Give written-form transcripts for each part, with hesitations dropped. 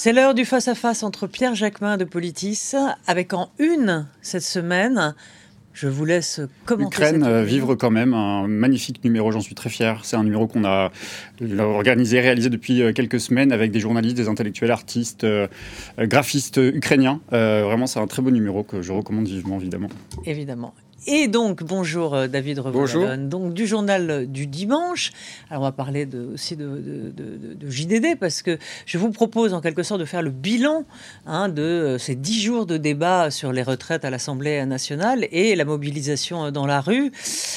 C'est l'heure du face-à-face entre Pierre Jacquemin de Politis, avec en une cette semaine, je vous laisse commenter. Ukraine, vivre quand même, un magnifique numéro, j'en suis très fier. C'est un numéro qu'on a organisé, réalisé depuis quelques semaines avec des journalistes, des intellectuels, artistes, graphistes ukrainiens. Vraiment, c'est un très beau numéro que je recommande vivement, évidemment. Évidemment. Et donc, bonjour David Revaud-Dallon, donc du journal du dimanche. Alors, on va parler aussi de JDD, parce que je vous propose en quelque sorte de faire le bilan de ces 10 jours de débat sur les retraites à l'Assemblée nationale et la mobilisation dans la rue.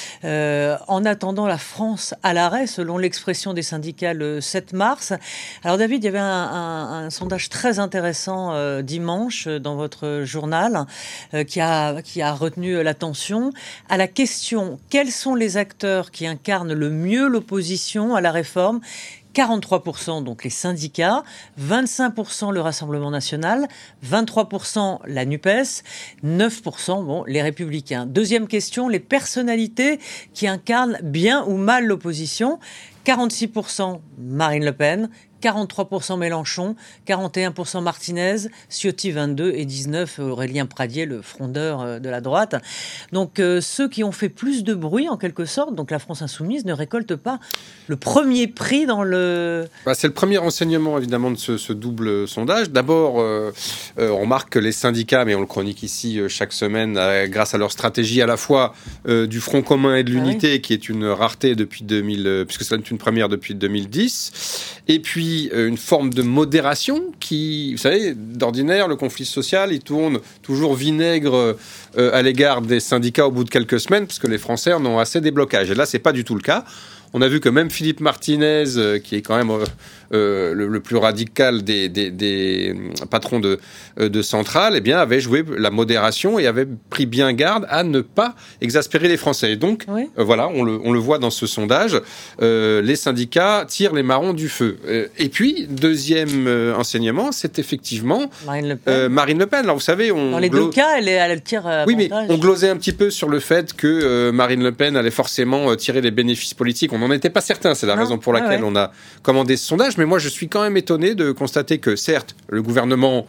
En attendant la France à l'arrêt, selon l'expression des syndicats le 7 mars. Alors David, il y avait un sondage très intéressant dimanche dans votre journal qui a retenu l'attention à la question « Quels sont les acteurs qui incarnent le mieux l'opposition à la réforme ?» 43%, donc les syndicats, 25% le Rassemblement national, 23% la NUPES, 9% les Républicains. Deuxième question, les personnalités qui incarnent bien ou mal l'opposition. 46% Marine Le Pen, 43% Mélenchon, 41% Martinez, Ciotti 22 et 19 Aurélien Pradier, le frondeur de la droite. Donc ceux qui ont fait plus de bruit en quelque sorte, donc la France Insoumise, ne récolte pas le premier prix dans le... C'est le premier enseignement évidemment de ce double sondage. D'abord, on remarque que les syndicats, mais on le chronique ici chaque semaine, grâce à leur stratégie à la fois du Front commun et de l'unité, qui est une rareté depuis 2000, puisque c'est une première depuis 2010, et puis une forme de modération qui, vous savez, d'ordinaire, le conflit social, il tourne toujours vinaigre à l'égard des syndicats au bout de quelques semaines, parce que les Français en ont assez des blocages. Et là, c'est pas du tout le cas. On a vu que même Philippe Martinez, qui est quand même le plus radical des patrons de centrales, eh bien, avait joué la modération et avait pris bien garde à ne pas exaspérer les Français. Et donc, voilà, on le voit dans ce sondage, les syndicats tirent les marrons du feu. Et puis, deuxième enseignement, c'est effectivement Marine Le Pen. Alors, vous savez, dans les deux cas, elle tire avantage. Oui, mais on glosait un petit peu sur le fait que Marine Le Pen allait forcément tirer les bénéfices politiques. On n'en était pas certain. C'est la raison pour laquelle on a commandé ce sondage. Mais moi, je suis quand même étonné de constater que, certes, le gouvernement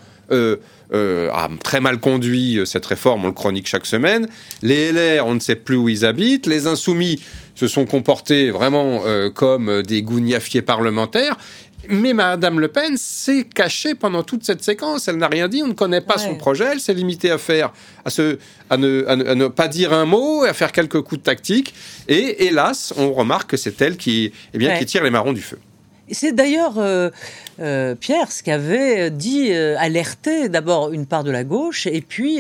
a très mal conduit cette réforme, on le chronique chaque semaine. Les LR, on ne sait plus où ils habitent. Les Insoumis se sont comportés vraiment comme des gougnafiers parlementaires. Mais Madame Le Pen s'est cachée pendant toute cette séquence. Elle n'a rien dit, on ne connaît pas son projet. Elle s'est limitée à ne pas dire un mot, à faire quelques coups de tactique. Et hélas, on remarque que c'est elle qui tire les marrons du feu. C'est d'ailleurs Pierre ce qu'avait dit, alerté d'abord une part de la gauche, et puis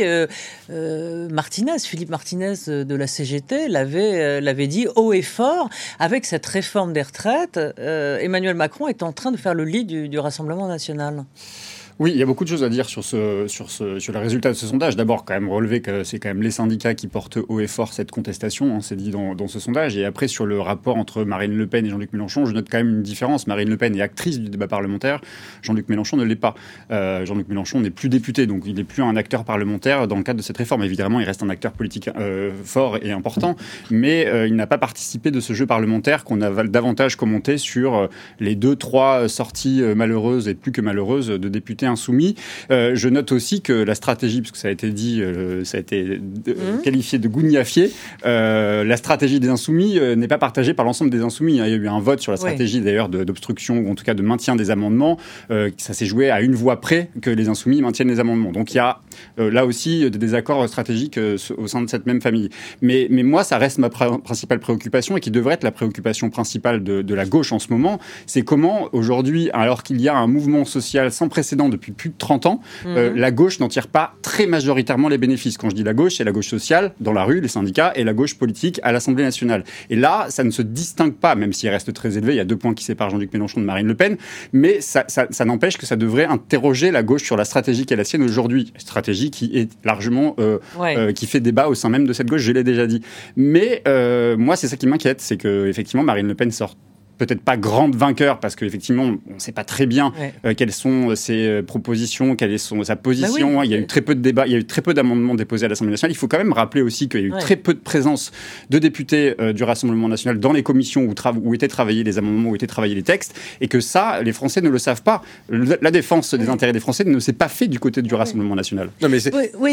Philippe Martinez de la CGT l'avait dit haut et fort. Avec cette réforme des retraites, Emmanuel Macron est en train de faire le lit du Rassemblement national. Oui, il y a beaucoup de choses à dire sur le résultat de ce sondage. D'abord, quand même relever que c'est quand même les syndicats qui portent haut et fort cette contestation, c'est dit dans ce sondage. Et après, sur le rapport entre Marine Le Pen et Jean-Luc Mélenchon, je note quand même une différence. Marine Le Pen est actrice du débat parlementaire, Jean-Luc Mélenchon ne l'est pas. Jean-Luc Mélenchon n'est plus député, donc il n'est plus un acteur parlementaire dans le cadre de cette réforme. Évidemment, il reste un acteur politique fort et important, mais il n'a pas participé de ce jeu parlementaire qu'on a davantage commenté sur les 2-3 sorties malheureuses et plus que malheureuses de députés insoumis. Je note aussi que la stratégie, puisque ça a été dit, ça a été qualifié de gougnafier, la stratégie des insoumis n'est pas partagée par l'ensemble des insoumis. Il y a eu un vote sur la stratégie d'ailleurs d'obstruction, ou en tout cas de maintien des amendements. Ça s'est joué à une voix près que les insoumis maintiennent les amendements. Donc il y a là aussi des désaccords stratégiques au sein de cette même famille. Mais moi, ça reste ma principale préoccupation, et qui devrait être la préoccupation principale de la gauche en ce moment. C'est comment aujourd'hui, alors qu'il y a un mouvement social sans précédent depuis plus de 30 ans, la gauche n'en tire pas très majoritairement les bénéfices. Quand je dis la gauche, c'est la gauche sociale dans la rue, les syndicats, et la gauche politique à l'Assemblée nationale. Et là, ça ne se distingue pas, même s'il reste très élevé. Il y a 2 points qui séparent Jean-Luc Mélenchon de Marine Le Pen, mais ça n'empêche que ça devrait interroger la gauche sur la stratégie qui est la sienne aujourd'hui. Stratégie qui est largement qui fait débat au sein même de cette gauche, je l'ai déjà dit. Mais moi, c'est ça qui m'inquiète, c'est que effectivement Marine Le Pen sort peut-être pas grande vainqueur, parce qu'effectivement, on ne sait pas très bien quelles sont ses propositions, quelle est sa position. Il y a eu très peu de débats, il y a eu très peu d'amendements déposés à l'Assemblée nationale. Il faut quand même rappeler aussi qu'il y a eu très peu de présence de députés du Rassemblement national dans les commissions où étaient travaillés les amendements, où étaient travaillés les textes, et que ça, les Français ne le savent pas. La défense des intérêts des Français ne s'est pas fait du côté du Rassemblement national. Non, mais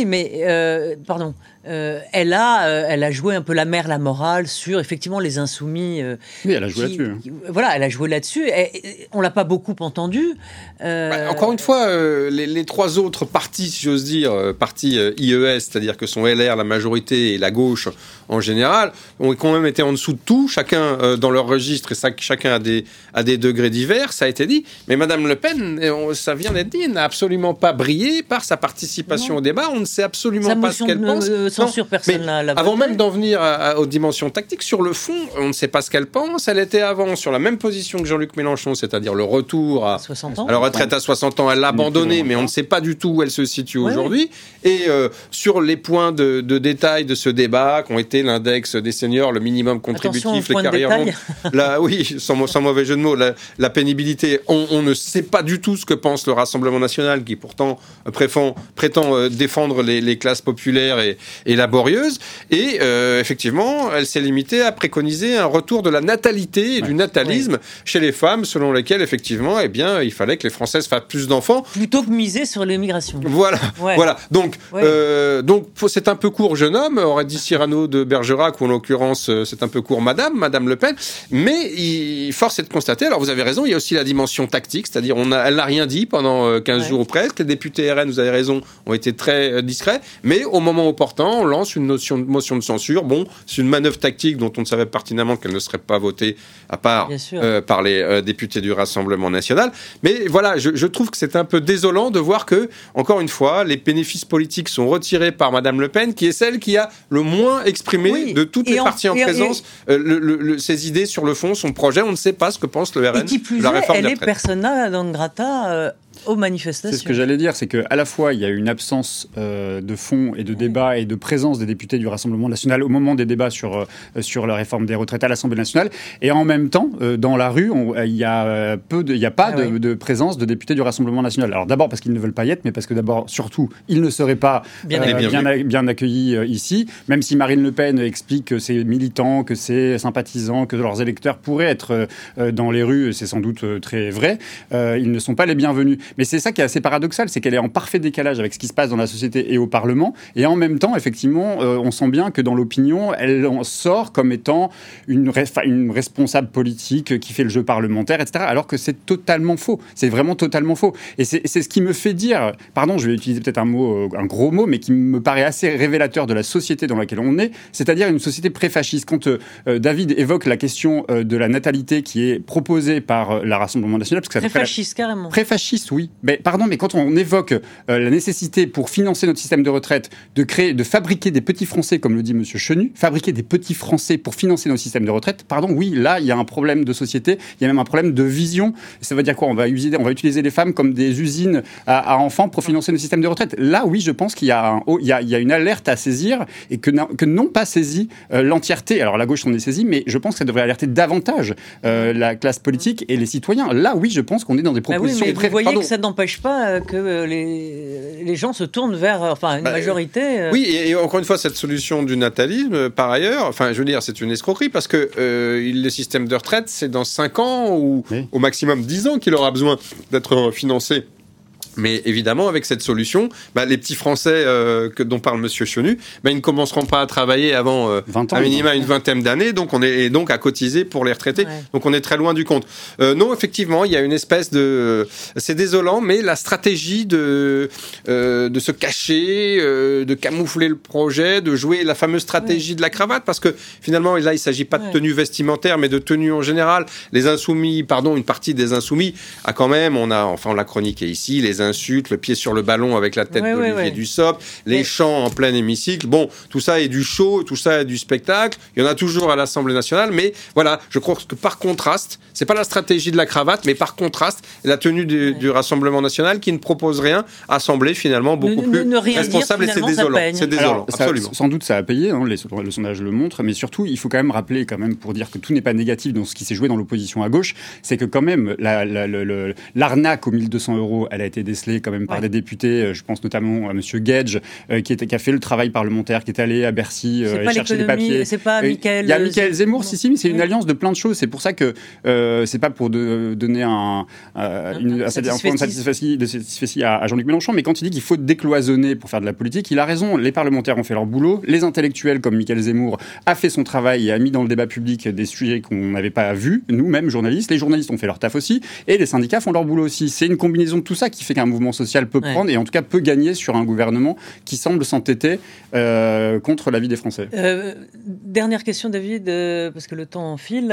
pardon. Elle a joué un peu la mère, la morale sur effectivement les insoumis. Oui, elle a joué là-dessus. Voilà, elle a joué là-dessus. On l'a pas beaucoup entendu. Encore une fois, les trois autres partis, si j'ose dire, partis IES, c'est-à-dire que sont LR, la majorité, et la gauche en général, ont quand même été en dessous de tout, chacun dans leur registre, et chacun à des degrés divers, ça a été dit. Mais Madame Le Pen, ça vient d'être dit, n'a absolument pas brillé par sa participation au débat. On ne sait absolument pas ce qu'elle pense. Censure, personne l'a avant même d'en venir aux dimensions tactiques, sur le fond, on ne sait pas ce qu'elle pense. Elle était avant sur la même position que Jean-Luc Mélenchon, c'est-à-dire le retour à la retraite à 60 ans. Elle l'a abandonné, mais on ne sait pas du tout où elle se situe aujourd'hui. Et sur les points de détail de ce débat, qui ont été l'index des seniors, le minimum contributif, les carrières longues, sans mauvais jeu de mots, la pénibilité, on ne sait pas du tout ce que pense le Rassemblement national, qui pourtant prétend défendre les classes populaires et laborieuses. Et effectivement, elle s'est limitée à préconiser un retour de la natalité et du natalisme chez les femmes, selon lesquelles, effectivement, il fallait que les Françaises fassent plus d'enfants. Plutôt que miser sur l'immigration. Voilà. Donc, c'est un peu court, jeune homme, aurait dit Cyrano de Bergerac, ou en l'occurrence, c'est un peu court, Madame Le Pen. Mais force est de constater, alors vous avez raison, il y a aussi la dimension tactique, c'est-à-dire elle n'a rien dit pendant 15 jours ou presque. Les députés RN, vous avez raison, ont été très discrets. Mais au moment opportun, on lance une motion de censure. Bon, c'est une manœuvre tactique dont on savait pertinemment qu'elle ne serait pas votée à part par les députés du Rassemblement national. Mais voilà, je trouve que c'est un peu désolant de voir que, encore une fois, les bénéfices politiques sont retirés par Madame Le Pen, qui est celle qui a le moins exprimé de toutes les parties en présence ses idées sur le fond, son projet. On ne sait pas ce que pense le RN. Et qui plus est, elle est persona non grata aux manifestations. C'est ce que j'allais dire, c'est qu'à la fois, il y a une absence de fond et de débat et de présence des députés du Rassemblement national au moment des débats sur la réforme des retraites à l'Assemblée nationale, et en même temps, dans la rue, il n'y a pas de présence de députés du Rassemblement national. Alors d'abord parce qu'ils ne veulent pas y être, mais parce que d'abord, surtout, ils ne seraient pas bien accueillis ici, même si Marine Le Pen explique que ses militants, que ses sympathisants, que leurs électeurs pourraient être dans les rues, c'est sans doute très vrai, ils ne sont pas les bienvenus. Mais c'est ça qui est assez paradoxal, c'est qu'elle est en parfait décalage avec ce qui se passe dans la société et au Parlement, et en même temps, effectivement, on sent bien que dans l'opinion, elle en sort comme étant une responsable politique qui fait le jeu parlementaire, etc., alors que c'est totalement faux. C'est vraiment totalement faux. Et c'est ce qui me fait dire, pardon, je vais utiliser peut-être un gros mot, mais qui me paraît assez révélateur de la société dans laquelle on est, c'est-à-dire une société pré-fasciste. Quand David évoque la question de la natalité qui est proposée par le Rassemblement national, parce que ça pré-fasciste, carrément. Pré-fasciste, oui. Mais quand on évoque la nécessité pour financer notre système de retraite de fabriquer des petits Français, comme le dit Monsieur Chenu, fabriquer des petits Français pour financer notre système de retraite, pardon, oui, là, il y a un problème de société, il y a même un problème de vision. Ça veut dire quoi ? On va utiliser les femmes comme des usines à enfants pour financer notre système de retraite. Là, oui, je pense qu'il y a une alerte à saisir et que n'ont pas saisi l'entièreté. Alors, la gauche s'en est saisie, mais je pense que ça devrait alerter davantage la classe politique et les citoyens. Là, oui, je pense qu'on est dans des propositions... vous voyez que ça n'empêche pas que les gens se tournent vers une majorité. Oui, et encore une fois, cette solution du natalisme, par ailleurs, je veux dire, c'est une escroquerie parce que le système de retraite, c'est dans 5 ans ou au maximum 10 ans qu'il aura besoin d'être financé. Mais évidemment, avec cette solution, les petits Français dont parle Monsieur Chenu, ils ne commenceront pas à travailler avant à minima une vingtaine d'années, donc on est donc à cotiser pour les retraités. Ouais. Donc on est très loin du compte. Non, effectivement, il y a une espèce de... C'est désolant, mais la stratégie de se cacher, de camoufler le projet, de jouer la fameuse stratégie de la cravate, parce que finalement, là, il ne s'agit pas de tenue vestimentaire, mais de tenue en général. Une partie des insoumis a quand même, on l'a chroniqué ici, les insultes, le pied sur le ballon avec la tête d'Olivier Dussopt, les chants en plein hémicycle. Bon, tout ça est du show, tout ça est du spectacle. Il y en a toujours à l'Assemblée nationale, mais voilà, je crois que par contraste, c'est pas la stratégie de la cravate, mais par contraste, la tenue du Rassemblement national qui ne propose rien, assemblée finalement beaucoup plus responsable, et c'est désolant. C'est désolant, absolument. Sans doute ça a payé, hein, le sondage le montre, mais surtout il faut quand même rappeler, pour dire que tout n'est pas négatif dans ce qui s'est joué dans l'opposition à gauche, c'est que quand même l'arnaque aux 1200 €, elle a été décelée quand même par des députés, je pense notamment à Monsieur Gage, qui a fait le travail parlementaire, qui est allé à Bercy chercher des papiers. C'est pas Michael. Il y a Michael Zemmour, mais c'est une alliance de plein de choses. C'est pour ça que c'est pas pour donner un point de satisfaction à Jean-Luc Mélenchon, mais quand il dit qu'il faut décloisonner pour faire de la politique, il a raison. Les parlementaires ont fait leur boulot, les intellectuels comme Michael Zemmour a fait son travail et a mis dans le débat public des sujets qu'on n'avait pas vus, nous-mêmes journalistes. Les journalistes ont fait leur taf aussi, et les syndicats font leur boulot aussi. C'est une combinaison de tout ça qui fait qu'un mouvement social peut prendre, et en tout cas peut gagner sur un gouvernement qui semble s'entêter contre la vie des Français. Dernière question, David, parce que le temps file.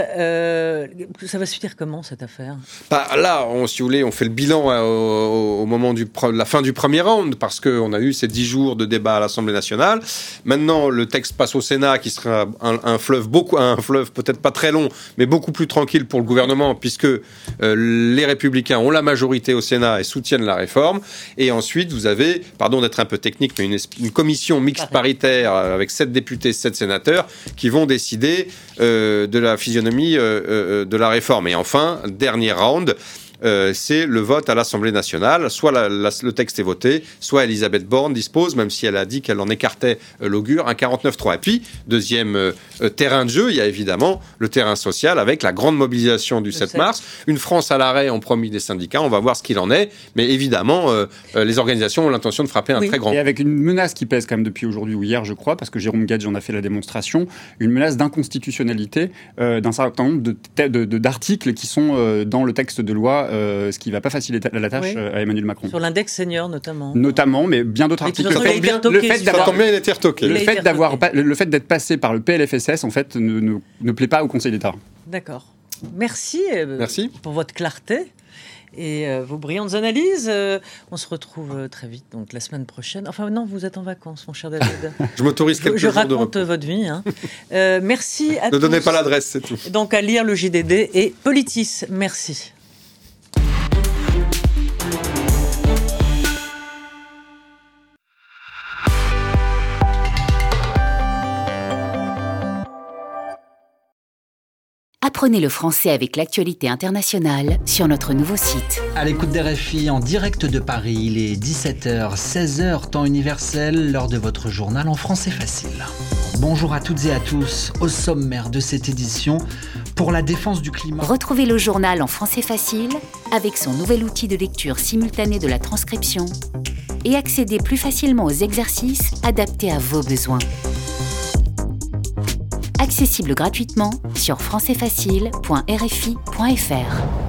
Ça va se finir comment, cette affaire ? Là, si vous voulez, on fait le bilan au moment de la fin du premier round, parce qu'on a eu ces 10 jours de débat à l'Assemblée nationale. Maintenant, le texte passe au Sénat, qui sera un fleuve peut-être pas très long, mais beaucoup plus tranquille pour le gouvernement, puisque les Républicains ont la majorité au Sénat et soutiennent la réforme. Et ensuite, vous avez, pardon d'être un peu technique, mais une commission mixte paritaire avec 7 députés, 7 sénateurs, qui vont décider de la physionomie de la réforme. Et enfin, dernier round, c'est le vote à l'Assemblée nationale. Soit le texte est voté, soit Elisabeth Borne dispose, même si elle a dit qu'elle en écartait l'augure, un 49-3. Et puis, deuxième terrain de jeu, il y a évidemment le terrain social avec la grande mobilisation du 7 mars. Une France à l'arrêt ont promis des syndicats, on va voir ce qu'il en est. Mais évidemment, les organisations ont l'intention de frapper un très grand. Et avec une menace qui pèse quand même depuis aujourd'hui ou hier, je crois, parce que Jérôme Gage en a fait la démonstration, une menace d'inconstitutionnalité d'un certain nombre d'articles qui sont dans le texte de loi, ce qui ne va pas faciliter la tâche à Emmanuel Macron. Sur l'index senior notamment. Notamment, mais bien d'autres articles. Le fait d'être passé par le PLFSS, en fait, ne plaît pas au Conseil d'État. D'accord. Merci. Merci pour votre clarté et vos brillantes analyses. On se retrouve très vite, donc la semaine prochaine. Enfin non, vous êtes en vacances, mon cher David. Je m'autorise quelques jours de repos. Je raconte votre vie. Merci à tous. Ne donnez pas l'adresse, c'est tout. Donc à lire le JDD et Politis. Merci. Apprenez le français avec l'actualité internationale sur notre nouveau site. À l'écoute d'RFI en direct de Paris, il est 17h, 16h, temps universel, l'heure de votre journal en français facile. Bonjour à toutes et à tous, au sommaire de cette édition, pour la défense du climat. Retrouvez le journal en français facile avec son nouvel outil de lecture simultanée de la transcription et accédez plus facilement aux exercices adaptés à vos besoins. Accessible gratuitement sur françaisfacile.rfi.fr.